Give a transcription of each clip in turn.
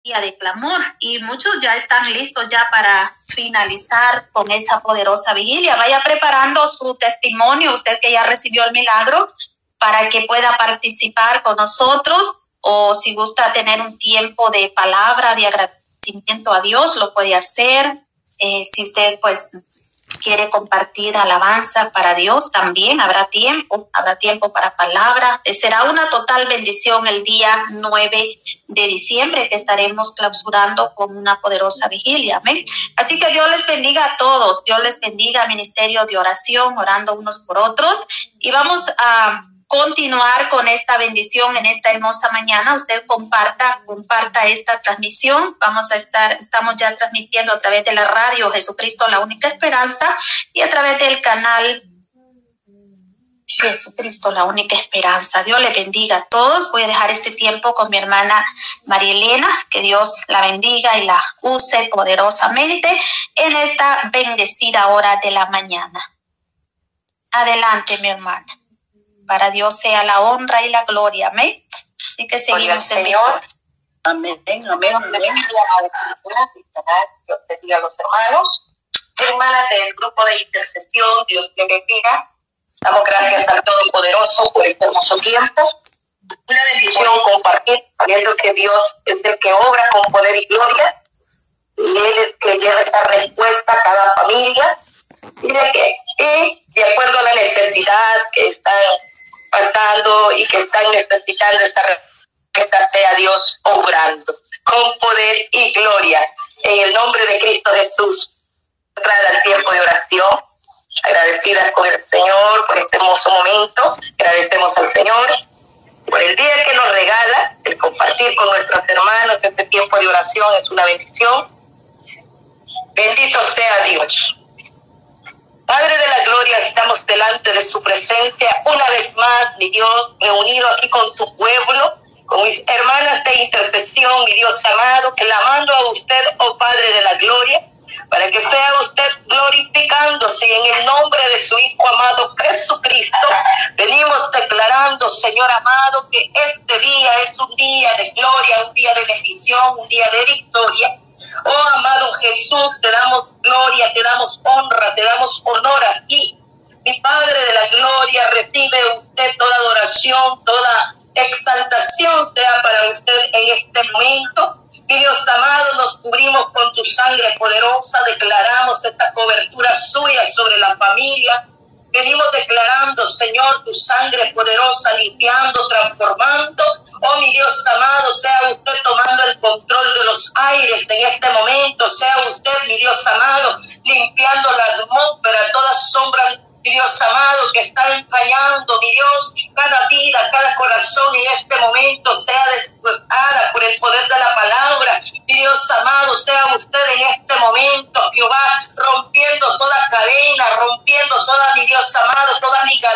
día de clamor, y muchos ya están listos ya para finalizar con esa poderosa vigilia. Vaya preparando su testimonio, usted que ya recibió el milagro, para que pueda participar con nosotros, o si gusta tener un tiempo de palabra, de agradecimiento a Dios, lo puede hacer. Si usted pues quiere compartir alabanza para Dios, también habrá tiempo para palabra. Será una total bendición el día 9 de diciembre que estaremos clausurando con una poderosa vigilia. Amén. Así que Dios les bendiga a todos, Dios les bendiga, ministerio de oración, orando unos por otros, y vamos a continuar con esta bendición en esta hermosa mañana. Usted comparta esta transmisión. Estamos ya transmitiendo a través de la radio Jesucristo, la única esperanza, y a través del canal Jesucristo, la única esperanza. Dios le bendiga a todos. Voy a dejar este tiempo con mi hermana María Elena. Que Dios la bendiga y la use poderosamente en esta bendecida hora de la mañana. Adelante, mi hermana. Para Dios sea la honra y la gloria. Amén. Así que seguimos, Señor. Amén, amén, amén. Dios bendiga a los hermanos. Hermanas del grupo de intercesión, Dios te bendiga. Damos gracias al Todopoderoso por este hermoso tiempo. Una bendición compartir, sabiendo que Dios es el que obra con poder y gloria. Y Él es que lleva esa respuesta a cada familia. Y de acuerdo a la necesidad que están pasando y que están necesitando esta respuesta, sea Dios obrando con poder y gloria. En el nombre de Cristo Jesús, entrada al tiempo de oración, agradecidas con el Señor por este hermoso momento. Agradecemos al Señor por el día que nos regala, el compartir con nuestros hermanos este tiempo de oración. Es una bendición. Bendito sea Dios. Padre de la gloria, estamos delante de su presencia una vez más, mi Dios, reunido aquí con tu pueblo, con mis hermanas de intercesión, mi Dios amado, clamando a usted, oh Padre de la gloria, para que sea usted glorificándose en el nombre de su Hijo amado Jesucristo. Venimos declarando, Señor amado, que este día es un día de gloria, un día de bendición, un día de victoria. Oh amado Jesús, te damos gloria, te damos honra, te damos honor aquí. Mi Padre de la gloria, recibe usted toda adoración, toda exaltación sea para usted en este momento. Mi Dios amado, nos cubrimos con tu sangre poderosa, declaramos esta cobertura suya sobre la familia. Venimos declarando, Señor, tu sangre poderosa, limpiando, transformando. Oh, mi Dios amado, sea usted tomando el control de los aires en este momento. Sea usted, mi Dios amado, limpiando la atmósfera, toda sombra, mi Dios amado, que está empañando, mi Dios, cada vida, cada corazón en este momento sea despertada por el poder de la palabra. Mi Dios amado, sea usted en este momento, Jehová, rompiendo toda cadena, rompiendo toda, mi Dios amado, toda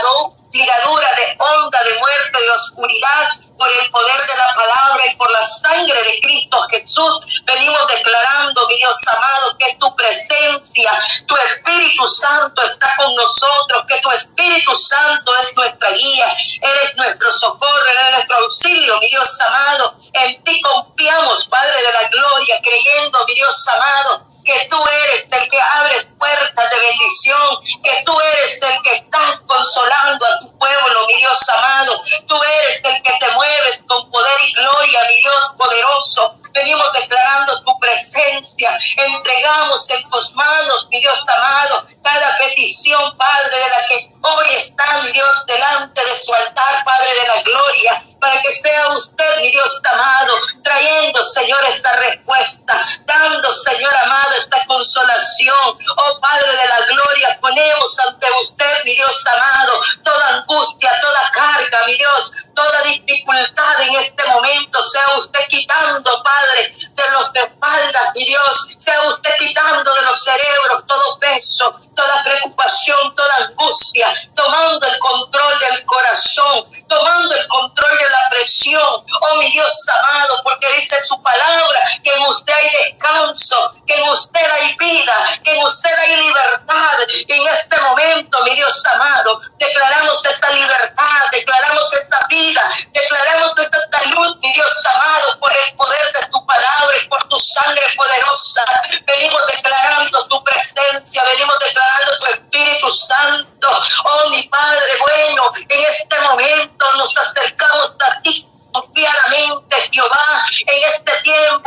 ligadura de onda, de muerte, de oscuridad, por el poder de la palabra y por la sangre de Cristo Jesús. Venimos declarando, mi Dios amado, que tu presencia, tu Espíritu Santo está con nosotros, que tu Espíritu Santo es nuestra guía, eres nuestro socorro, eres nuestro auxilio, mi Dios amado. En ti confiamos, Padre de la gloria, creyendo, mi Dios amado, que tú eres el que abres puertas de bendición, que tú eres el que estás consolando a tu pueblo, mi Dios amado. Tú eres el que te mueves con poder y gloria, mi Dios poderoso. Venimos declarando tu presencia, entregamos en tus manos, mi Dios amado, cada petición, Padre, de la que hoy está, mi Dios, delante de su altar, Padre de la gloria, para que sea usted, mi Dios amado, trayendo, Señor, esta respuesta, dando, Señor amado, esta consolación. Oh, Padre de la gloria, ponemos ante usted, mi Dios amado, toda angustia, toda carga, mi Dios, toda dificultad en este momento, sea usted quitando, Padre, de los espaldas, mi Dios, sea usted quitando de los cerebros todo peso, toda preocupación, toda angustia, tomando el control del corazón, tomando el control de la presión. Oh, mi Dios amado, porque dice su palabra que en usted hay descanso, que en usted hay vida, que en usted hay libertad. Y en este momento, mi Dios amado, declaramos esta libertad, declaramos esta vida, declaramos esta salud, mi Dios amado, por el poder de tu palabra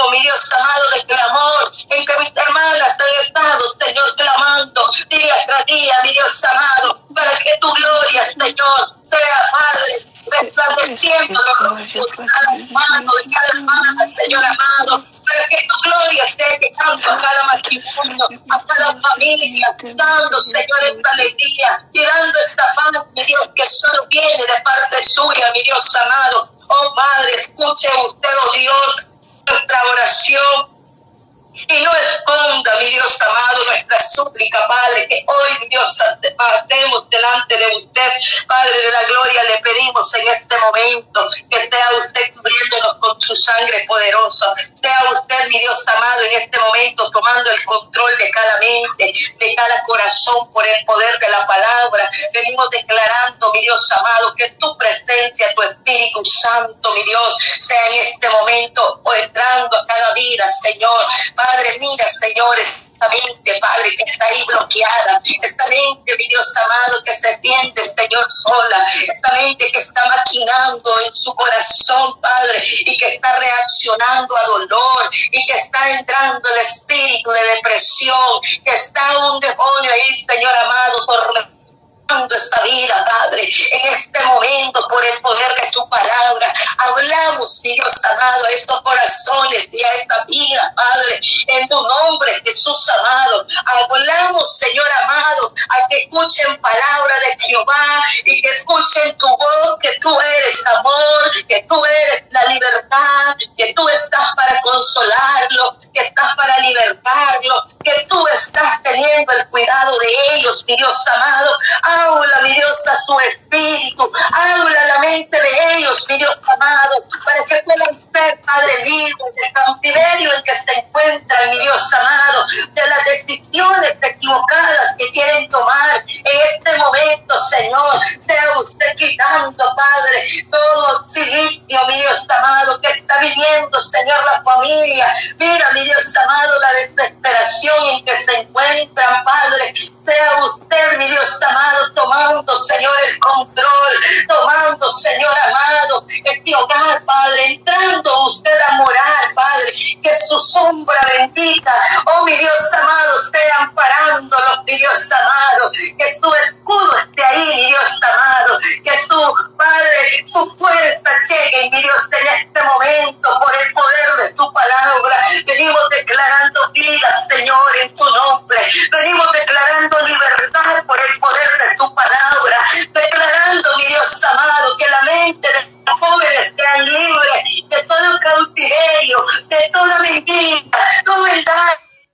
tiempo, mi Dios amado, de clamor, en que mis hermanas han estado, Señor, clamando día tras día, mi Dios amado, para que tu gloria, Señor, sea, Padre, resplandeciendo de cada hermano, de cada hermana, Señor amado, para que tu gloria esté llegando a cada matrimonio, a cada familia, dando, Señor, esta alegría y dando esta paz, mi Dios, que solo viene de parte suya, mi Dios amado. Oh Padre, escuche usted, oh Dios, nuestra oración. Y no esconda, mi Dios amado, nuestra súplica, Padre, que hoy, mi Dios, partemos delante de usted, Padre de la gloria. Le pedimos en este momento que sea usted cubriéndonos con su sangre poderosa. Sea usted, mi Dios amado, en este momento tomando el control de cada mente, de cada corazón, por el poder de la palabra. Venimos declarando, mi Dios amado, que tu presencia, tu Espíritu Santo, mi Dios, sea en este momento o entrando a cada vida, Señor. Padre, mira, Señor, esta mente, Padre, que está ahí bloqueada, esta mente, mi Dios amado, que se siente, Señor, sola, esta mente que está maquinando en su corazón, Padre, y que está reaccionando a dolor, y que está entrando el espíritu de depresión, que está un demonio ahí, Señor amado, por esa vida, Padre, en este momento, por el poder de tu palabra, hablamos, Dios amado, a estos corazones y a esta vida, Padre, en tu nombre, Jesús amado. Hablamos, Señor amado, a que escuchen palabra de Jehová y que escuchen tu voz, que tú eres amor, que tú eres la libertad, que tú estás para consolarlo, que estás para libertarlo, que tú estás teniendo el cuidado de ellos, mi Dios amado. Habla, mi Dios, a su espíritu, habla a la mente de ellos, mi Dios amado, para que puedan ser, Padre, libres del cautiverio en que se encuentran, mi Dios amado, de las decisiones equivocadas que quieren tomar en este momento, Señor. Sea usted quitando, Padre, todo silicio, mi Dios amado, que está viviendo, Señor, la familia. Mira, mi Dios amado, la desesperación en que se encuentran, Padre. Sea usted, mi Dios amado, tomando, Señor, el control, tomando, Señor amado, este hogar, Padre, entrando usted a morar, Padre, que su sombra bendita, oh mi Dios amado, esté amparándolos, mi Dios amado, que su escudo esté ahí, mi Dios amado, que su, Padre, su fuerza llegue, mi Dios, en este momento, por el poder de tu palabra. Venimos declarando vida, Señor, en tu nombre. Venimos declarando libertad por el poder de tu palabra, declarando, mi Dios amado, que la mente de los jóvenes sean libres de todo cautiverio, de toda mentira, toda verdad.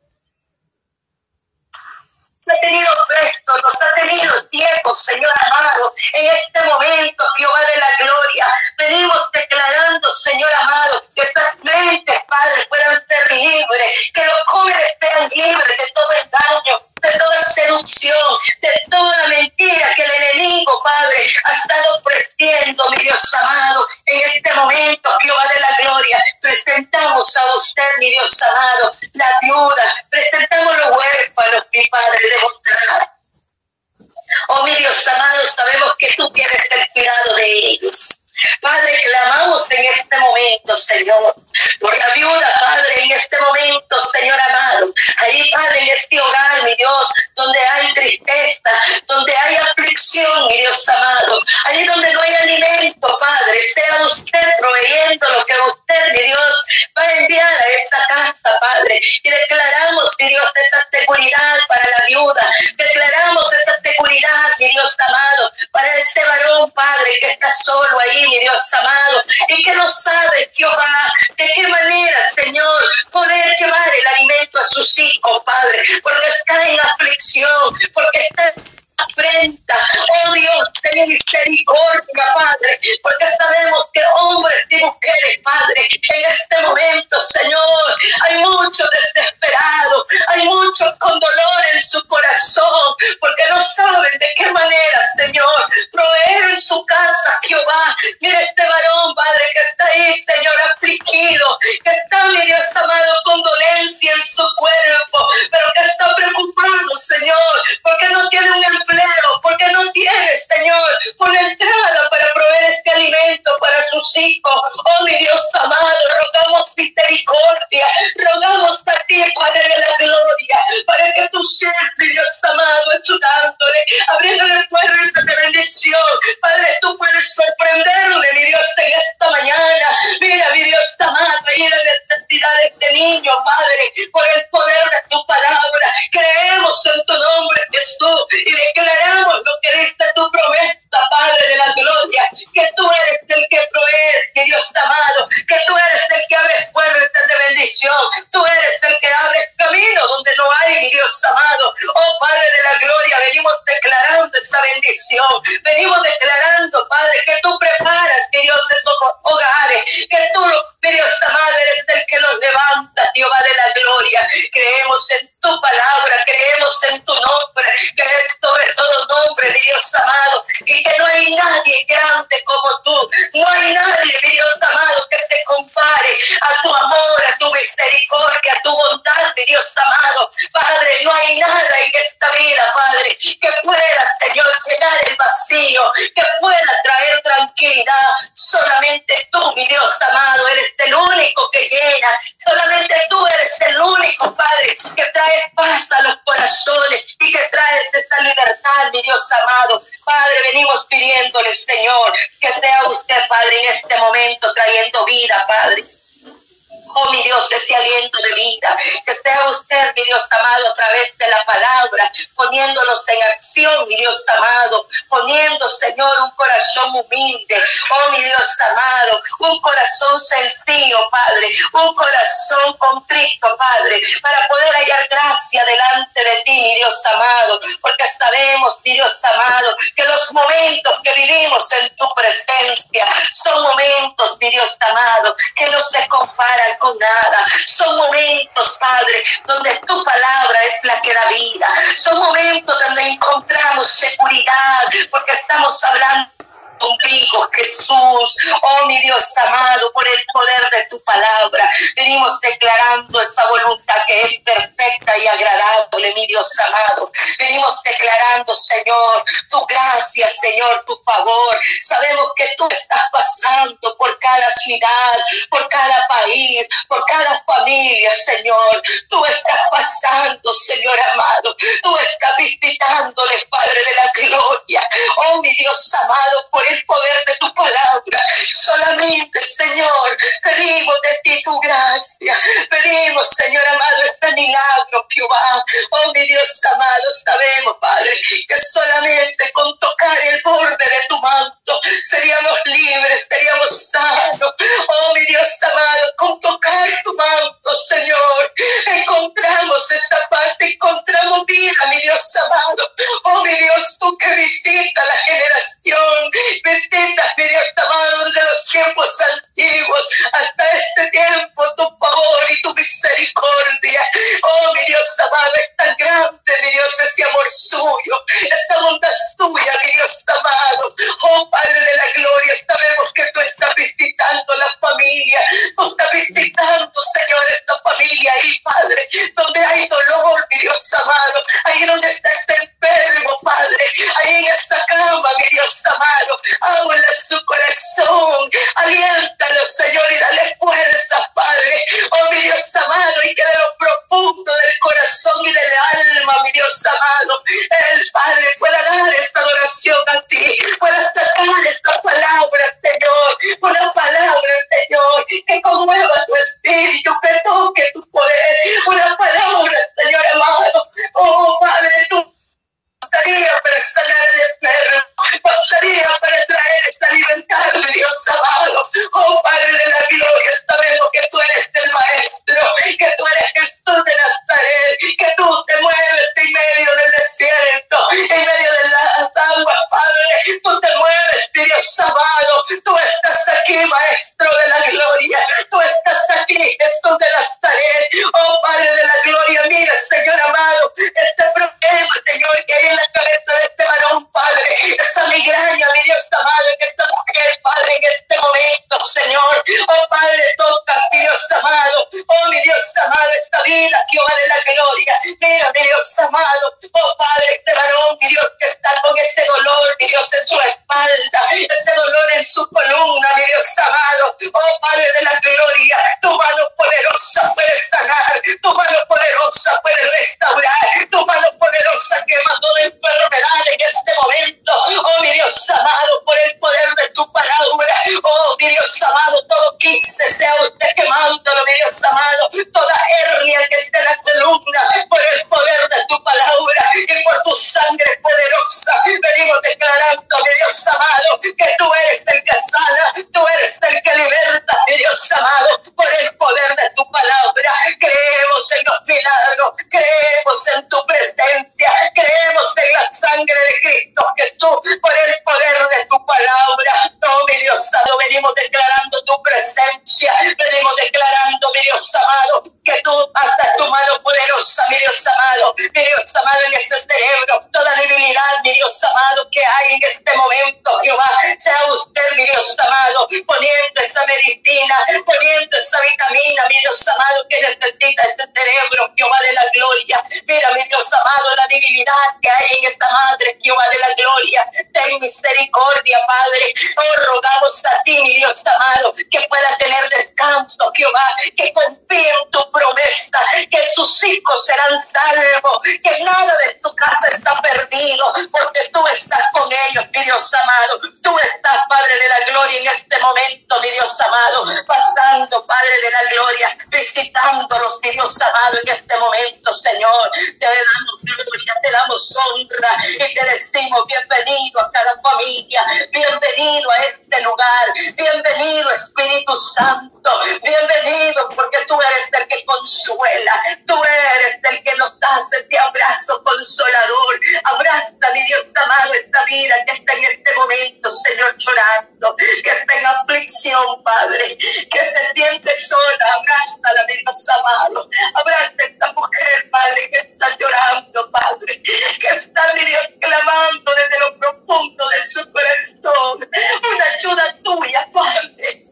Ha tenido presto, nos ha tenido tiempo, Señor amado, en este momento, Jehová de la gloria. Venimos declarando, Señor amado, que esas mentes, Padre, puedan ser libres, que los jóvenes sean libres de todo engaño, de toda seducción, de toda mentira que el enemigo, Padre, ha estado ofreciendo, mi Dios amado. En este momento, Jehová de la gloria, presentamos a usted, mi Dios amado, la viuda, presentamos los huérfanos, mi Padre, de mostrar. Oh, mi Dios amado, sabemos que tú tienes el cuidado de ellos. Padre, clamamos en este momento, Señor, por la viuda, Padre, en este momento, Señor amado. Ahí, Padre, en este hogar, mi Dios, donde hay tristeza, donde hay aflicción, mi Dios amado. Allí donde no hay alimento, Padre, sea usted proveyendo lo que usted, mi Dios, va a enviar a esa casa, Padre. Y declaramos, mi Dios, esa seguridad para la viuda. Declaramos esa seguridad, mi Dios amado, para ese varón, Padre, que está solo ahí, mi Dios amado, y que no sabe, Jehová, de qué manera, Señor, poder llevar el alimento a sus hijos, Padre, porque está en aflicción, porque está en afrenta. Oh Dios, ten misericordia, Padre, porque sabemos que hombres y mujeres, Padre, en este momento, Señor, hay muchos desesperados, hay muchos con dolor en su corazón, porque no saben de qué manera, Señor, proveer en su casa, Jehová. Mira este varón, Padre, que está ahí, Señor, afligido, que está, mi Dios amado, con dolencia en su cuerpo, pero que está preocupado, Señor, porque no tiene un empleo, porque no tiene, Señor, una entrada para proveer este alimento para sus hijos. Oh, mi Dios amado, rogamos misericordia misericordia. Rogamos a ti, Padre de la gloria, para que tú seas, mi Dios amado, ayudándole, abriéndole puertas de bendición. Padre, tú puedes sorprenderle, mi Dios, en esta mañana. Mira, mi Dios amado, ahí en la necesidad de este niño, Padre, por el poder de tu palabra. Creemos en tu nombre, Jesús, y declaramos lo que dice tu promesa, Padre de la gloria, que tú eres el que provee, mi Dios amado, que tú eres el que abre puertas de bendición, tú eres el que abre camino donde no hay, mi Dios amado. Oh Padre de la gloria, venimos declarando esa bendición, venimos declarando, Padre, que tú preparas, mi Dios, esos hogares, que tú, mi Dios amado, eres el que los levanta, Jehová de la gloria. Creemos en tu palabra, creemos en tu nombre, que es sobre todo nombre, mi Dios amado, y que no hay nadie grande como tú, no hay nadie, mi Dios amado, que se compare a tu amor, a tu misericordia, a tu bondad, mi Dios amado. Padre, no hay nada en esta vida, Padre, que pueda, Señor, llenar el vacío, que pueda traer tranquilidad. Solamente tú, mi Dios amado, eres el único que llena. Solamente tú eres el único, Padre, que trae paz a los corazones y que traes esta libertad, mi Dios amado. Padre, venimos pidiéndole, Señor, que sea usted, Padre, en este momento trayendo vida, Padre. Oh, mi Dios, ese aliento de vida, que sea usted, mi Dios amado, a través de la palabra, poniéndonos en acción, mi Dios amado, poniendo, Señor, un corazón humilde, oh, mi Dios amado, un corazón sencillo, Padre, un corazón contrito, Padre, para poder hallar gracia delante de ti, mi Dios amado, porque sabemos, mi Dios amado, que los momentos que vivimos en tu presencia son momentos, mi Dios amado, que no se comparan con nada. Son momentos, Padre, donde tu palabra es la que da vida. Son momentos donde encontramos seguridad, porque estamos hablando contigo, Jesús. Oh, mi Dios amado, por el poder de tu palabra, venimos declarando esa voluntad que es perfecta y agradable, mi Dios amado. Venimos declarando, Señor, tu gracia, Señor, tu favor. Sabemos que tú estás pasando por cada ciudad, por cada país, por cada familia, Señor. Tú estás pasando, Señor amado. Tú estás visitándole, Padre de la gloria. Oh, mi Dios amado, por el poder de tu palabra. Solamente, Señor, pedimos de ti tu gracia. Pedimos, Señor amado, este milagro, Jehová. Oh, mi Dios amado, sabemos, Padre, que solamente con tocar el borde de tu manto seríamos libres, seríamos sanos. Oh, mi Dios amado, con tocar tu manto, Señor, encontramos esta paz, encontramos vida, mi Dios amado. Oh, mi Dios, tú que visitas la generación, visitas, mi Dios amado, de los tiempos antiguos hasta este tiempo, tu favor y tu misericordia. Oh, mi Dios amado, es tan grande, mi Dios, ese amor suyo, esa bondad tuya, mi Dios amado. Oh, Padre de la gloria, sabemos que tú estás visitando la familia, tú estás visitando, Señor, esta familia ahí, Padre, donde hay dolor, mi Dios amado, ahí donde está este enfermo, Padre, ahí en esta cama, mi Dios amado, háblale su corazón, aliéntalo, Señor, y dale fuerza, Padre. Oh, mi Dios amado, y que de lo profundo del corazón y del alma, mi Dios amado, el Padre pueda dar esta adoración a ti, pueda sacar esta palabra, Señor, una palabra, Señor, que conmueva tu espíritu, que toque tu poder, una palabra, Señor amado. Oh, Padre, tú pasaría para sanar al enfermo, pasaría para traer esta libertad, mi Dios amado. Oh, Padre de la gloria, sabemos que tú eres el Maestro, que tú eres Jesús de Nazaret, que tú te mueves en medio del desierto, en medio de las aguas, Padre, tú te mueves, mi Dios amado. Tú estás aquí, Maestro de la gloria, tú estás aquí, Jesús de Nazaret. Oh, Padre de la gloria, mira, Señor amado, este problema, Señor, que hay en la cabeza de este varón, Padre, esa migraña, mi Dios amado, en esta mujer, Padre, en este momento, Señor. Oh, Padre, toca, mi Dios amado. Oh, mi Dios amado, esta vida, Jehová de la gloria. Mira, mi Dios amado. Oh, Padre, este varón, mi Dios, que está con ese dolor, mi Dios, en su espalda, ese dolor en su columna, mi Dios amado. Oh, Padre de la gloria, tu mano poderosa puede toda hernia que esté en la columna, por el poder de tu palabra y por tu sangre poderosa. Venimos declarando, mi Dios amado, que tú eres el que sana, tú eres el que liberta, mi Dios amado, por el poder de tu palabra. Creemos en los milagros, creemos en tu presencia, creemos en la sangre de Cristo Jesús, por el poder de tu palabra. Oh, mi Dios amado, venimos declarando tu presencia, venimos declarando, mi Dios amado, que tú hasta tu mano poderosa, mi Dios amado, en este cerebro, toda debilidad, mi Dios amado, que hay en este momento, Jehová, sea usted, mi Dios amado, poniendo esa medicina, poniendo esa vitamina, mi Dios amado, que necesita este cerebro, Jehová de la gloria. Mira, mi Dios amado, la debilidad que hay en esta madre, Jehová de la gloria, ten misericordia, Padre. Oh, rogamos a ti, mi Dios amado, que pueda tener descanso, Jehová, que confíe en tu promesa, que sus hijos serán salvos, que nada de tu casa está perdido, porque tú estás con ellos, mi Dios amado. Tú estás, Padre de la gloria, en este momento, mi Dios amado, pasando, Padre de la gloria, visitándolos, mi Dios amado, en este momento, Señor. Te damos gloria, te damos honra y te decimos bienvenido a cada familia, bienvenido a este lugar, bienvenido Espíritu Santo, bienvenido, porque tú eres el que consuela, tú eres el que nos das este abrazo consolador. Abraza, mi Dios amado, esta vida que está en este momento, Señor, llorando, que está en aflicción, Padre, que se siente sola. Abrázala, mi Dios amado, abraza a esta mujer, Padre, que está llorando, Padre, que está, mi Dios, clamando desde lo profundo de su corazón una ayuda tuya, Padre,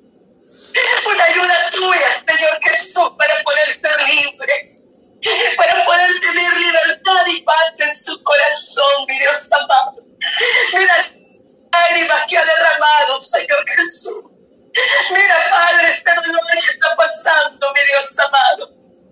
una ayuda tuya, Señor Jesús, para poder ser libre, para poder tener libertad y paz en su corazón, mi Dios amado. Mira lágrimas que ha derramado, Señor Jesús. Mira, Padre, este dolor que está pasando, mi Dios amado.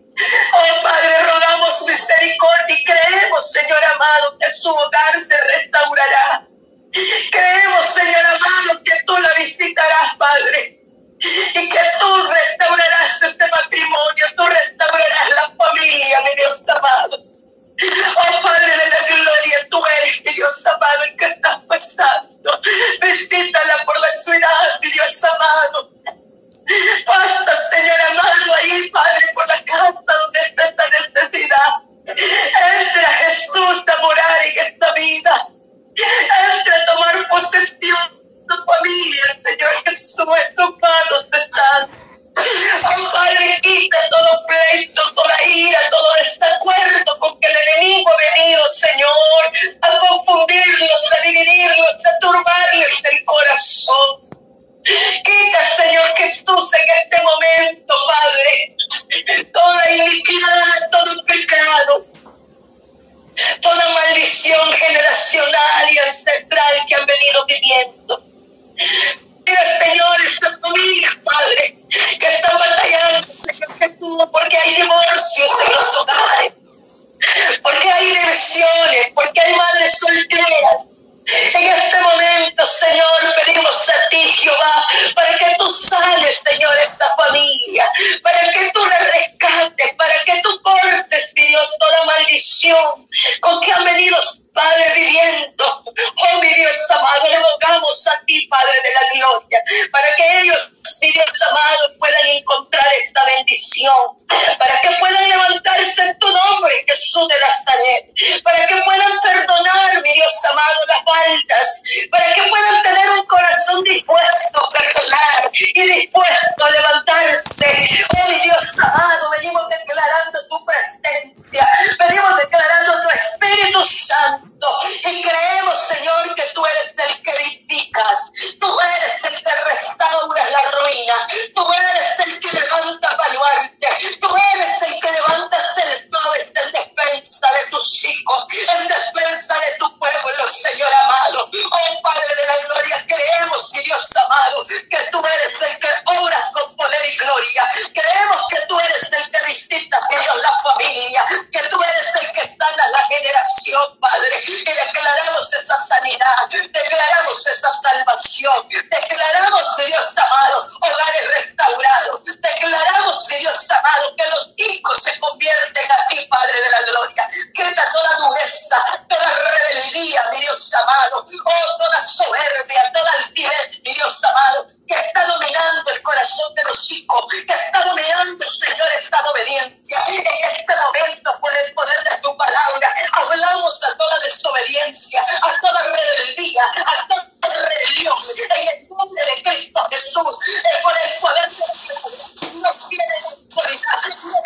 Oh, Padre, rogamos misericordia y creemos, Señor amado, que su hogar se restaurará. Creemos, Señor amado, que tú la visitarás, Padre, y que tú restaurarás este matrimonio, tú restaurarás la familia, mi Dios amado. Oh, Padre de la gloria, tú eres, mi Dios amado, el que estás pasando. Visítala por la ciudad, mi Dios amado. Pasa, Señor amado, ahí, Padre, por la casa donde está esta necesidad. Entra, Jesús, a morar en esta vida. Entra a tomar posesión de tu familia, Señor Jesús, en tus manos están. Oh, Padre, quita todo pleito, toda ira, todo desacuerdo con que el enemigo ha venido, Señor, a confundirlos, a dividirlos, a turbarles el corazón. Quita, Señor Jesús, en este momento, Padre, toda iniquidad, todo pecado, toda maldición generacional y ancestral que han venido viviendo. Mira, Señor, esta familia, Padre, que están batallando, Señor Jesús, porque hay divorcios en los hogares, porque hay divisiones, porque hay madres solteras. En este momento, Señor, pedimos a ti, Jehová, para que tú sanes, Señor, esta familia, para que tú la rescates, para que tú cortes, mi Dios, toda maldición con que han venido, Padre, viviendo. Oh, mi Dios amado, le rogamos a ti, Padre de la gloria, para que ellos, mi Dios amado, puedan encontrar esta bendición, para que puedan levantarse en tu nombre, Jesús de Nazaret, para que puedan perdonar, mi Dios amado, las faltas, para que puedan tener un corazón dispuesto a perdonar y dispuesto a levantarse. Oh, mi Dios amado, venimos declarando tu presencia, venimos declarando tu Espíritu Santo y creemos, Señor, que tú eres el que edificas, tú eres el que restauras la ruina, tú eres el que levanta baluarte, tú eres el que levantas el pobre en defensa de tus hijos, en defensa de tu pueblo, Señor amado. Oh, Padre de la gloria, creemos, mi Dios amado, que tú eres el que obras con poder y gloria, creemos que tú eres el palabra. En este momento, por el poder de tu palabra, hablamos a toda desobediencia, a toda rebeldía, a toda rebelión. En el nombre de Cristo Jesús, por el poder de no tiene autoridad, no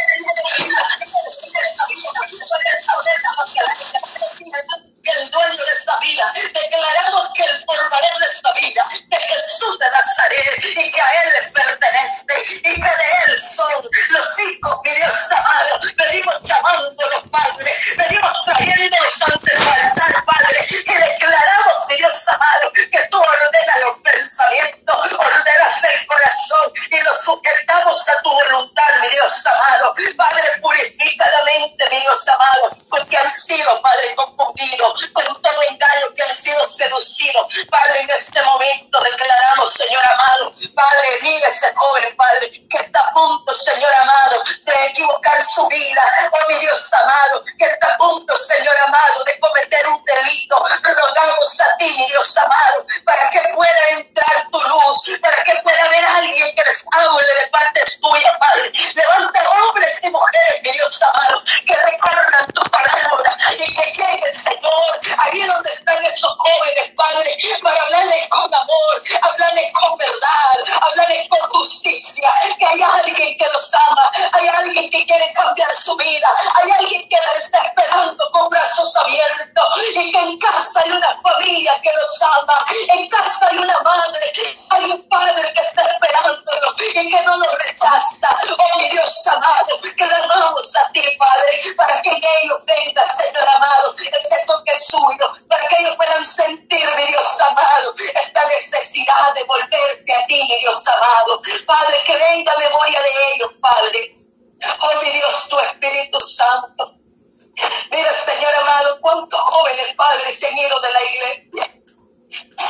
tiene el dueño de esta vida. Declaramos que el formador de esta vida, que Jesús de Nazaret, y que a Él le pertenece, y que de Él son los hijos, mi Dios amado. Venimos llamándolos, Padre, venimos trayéndolos ante tu altar, Padre, y declaramos, mi Dios amado, que tú ordenas los pensamientos, ordenas el corazón, y los sujetamos a tu voluntad, mi Dios amado. Padre, purifica la mente, mi Dios amado, porque han sido, Padre, confundidos con todo engaño, que han sido seducidos. Padre, en este momento declaramos, Señor amado, Padre, mira ese joven, Padre, que está a punto, Señor amado, de equivocar su vida. Oh, mi Dios amado, que está a punto, Señor amado, de cometer un delito. Rogamos a ti, mi Dios amado, para que pueda entrar tu luz, para que pueda haber alguien que les hable de partes tuyas, Padre. Levanta hombres y mujeres, mi Dios amado, que recorran tu palabra y que lleguen, Señor, ahí donde están esos jóvenes, Padre, para hablarles con amor, hablarles con verdad, hablarles con justicia, que hay alguien que los ama, hay alguien que quiere cambiar su vida, hay alguien que les está esperando con brazos abiertos, y que en casa hay una familia que los ama, en casa hay una madre, hay un padre que está esperándolo y que no lo rechaza. Oh, mi Dios amado, que le amamos a ti, Padre, para que en ellos venga, Señor amado, ese toque suyo, para que ellos puedan sentir, mi Dios amado, esta necesidad de volverte a ti, mi Dios amado. Padre, que venga memoria de ellos, Padre. Oh, mi Dios, tu Espíritu Santo. Mira, Señor amado, cuántos jóvenes, Padre, se han ido de la iglesia.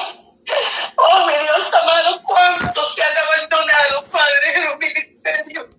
Oh, mi Dios amado, cuántos se han abandonado, Padre, en los ministerios.